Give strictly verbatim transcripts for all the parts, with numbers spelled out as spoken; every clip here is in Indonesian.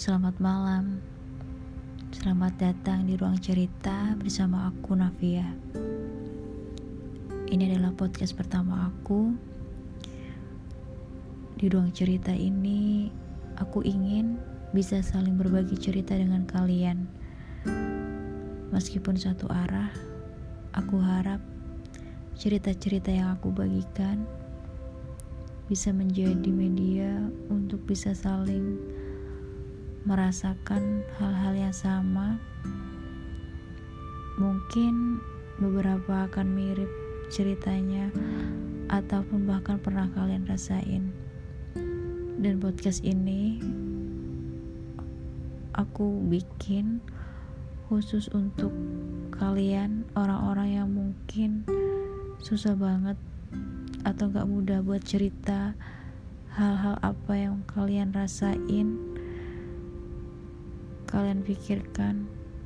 Selamat malam, selamat datang di ruang cerita bersama aku, Navia. Ini adalah podcast pertama aku. Di ruang cerita ini, aku ingin bisa saling berbagi cerita dengan kalian. Meskipun satu arah, aku harap cerita-cerita yang aku bagikan bisa menjadi media untuk bisa saling merasakan hal-hal yang sama. Mungkin beberapa akan mirip ceritanya, ataupun bahkan pernah kalian rasain. Dan podcast ini aku bikin khusus untuk kalian, orang-orang yang mungkin susah banget atau gak mudah buat cerita hal-hal apa yang kalian rasain, kalian pikirkan,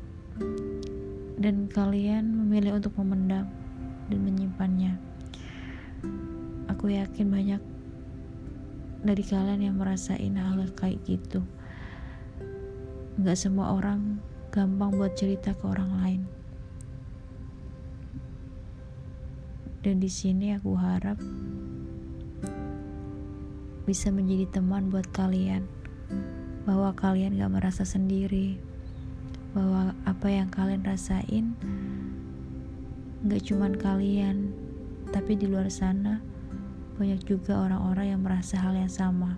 dan kalian memilih untuk memendam dan menyimpannya. Aku yakin banyak dari kalian yang merasain hal kayak gitu. Gak semua orang gampang buat cerita ke orang lain. Dan di sini aku harap bisa menjadi teman buat kalian, bahwa kalian gak merasa sendiri, bahwa apa yang kalian rasain gak cuman kalian, tapi di luar sana banyak juga orang-orang yang merasa hal yang sama.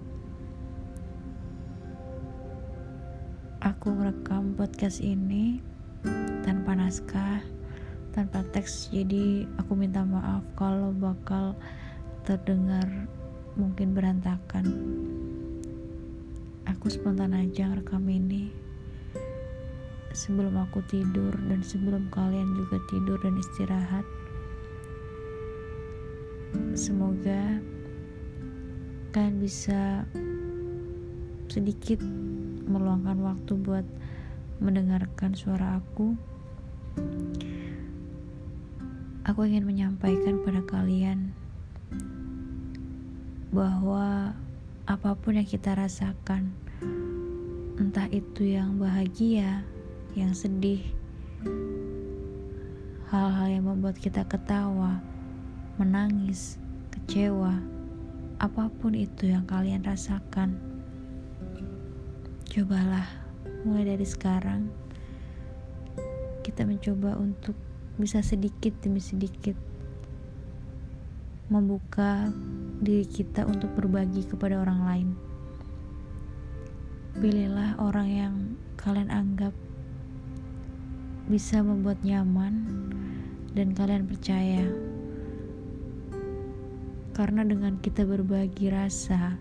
Aku merekam podcast ini tanpa naskah, tanpa teks, jadi aku minta maaf kalau bakal terdengar mungkin berantakan. Aku spontan aja ngerekam ini sebelum aku tidur dan sebelum kalian juga tidur dan istirahat. Semoga kalian bisa sedikit meluangkan waktu buat mendengarkan suara aku. Aku ingin menyampaikan pada kalian bahwa apapun yang kita rasakan, entah itu yang bahagia, yang sedih, hal-hal yang membuat kita ketawa, menangis, kecewa, apapun itu yang kalian rasakan, cobalah mulai dari sekarang kita mencoba untuk bisa sedikit demi sedikit membuka diri kita untuk berbagi kepada orang lain. Pilihlah orang yang kalian anggap bisa membuat nyaman dan kalian percaya, karena dengan kita berbagi rasa,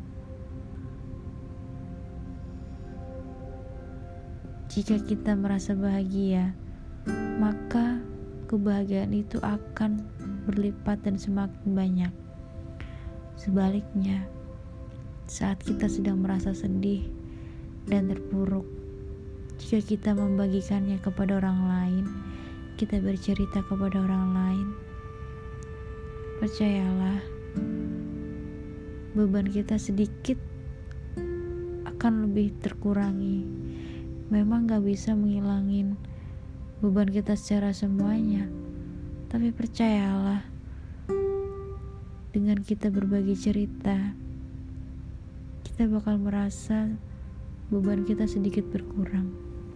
jika kita merasa bahagia, maka kebahagiaan itu akan berlipat dan semakin banyak. Sebaliknya, saat kita sedang merasa sedih dan terpuruk, jika kita membagikannya kepada orang lain, kita bercerita kepada orang lain, percayalah, beban kita sedikit akan lebih terkurangi. Memang gak bisa menghilangin beban kita secara semuanya, tapi percayalah, dengan kita berbagi cerita, kita bakal merasa beban kita sedikit berkurang.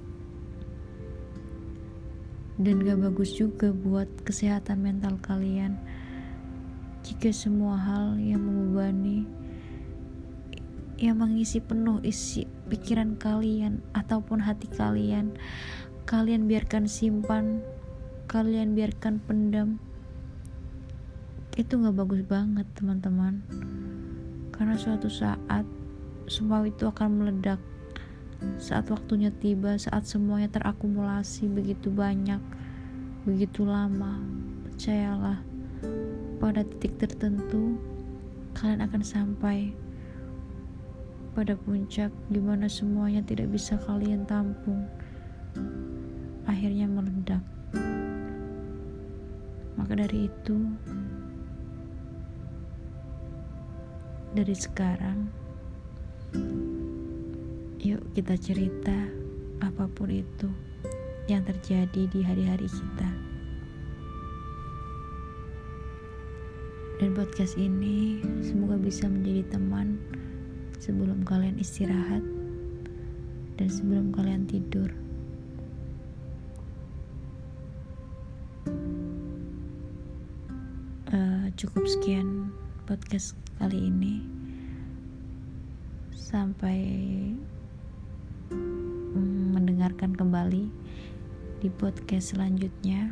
Dan gak bagus juga buat kesehatan mental kalian jika semua hal yang membebani, yang mengisi penuh isi pikiran kalian ataupun hati kalian, kalian biarkan simpan, kalian biarkan pendam. Itu gak bagus banget, teman-teman. Karena suatu saat semua itu akan meledak. Saat waktunya tiba, saat semuanya terakumulasi begitu banyak, begitu lama, percayalah, pada titik tertentu kalian akan sampai pada puncak di mana semuanya tidak bisa kalian tampung, akhirnya meledak. Maka dari itu, dari sekarang Yuk kita cerita apapun itu yang terjadi di hari-hari kita. Dan podcast ini semoga bisa menjadi teman sebelum kalian istirahat dan sebelum kalian tidur. Uh, cukup sekian podcast kali ini. Sampai mm, mendengarkan kembali di podcast selanjutnya.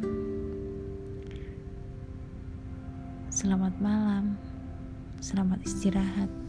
Selamat malam, selamat istirahat.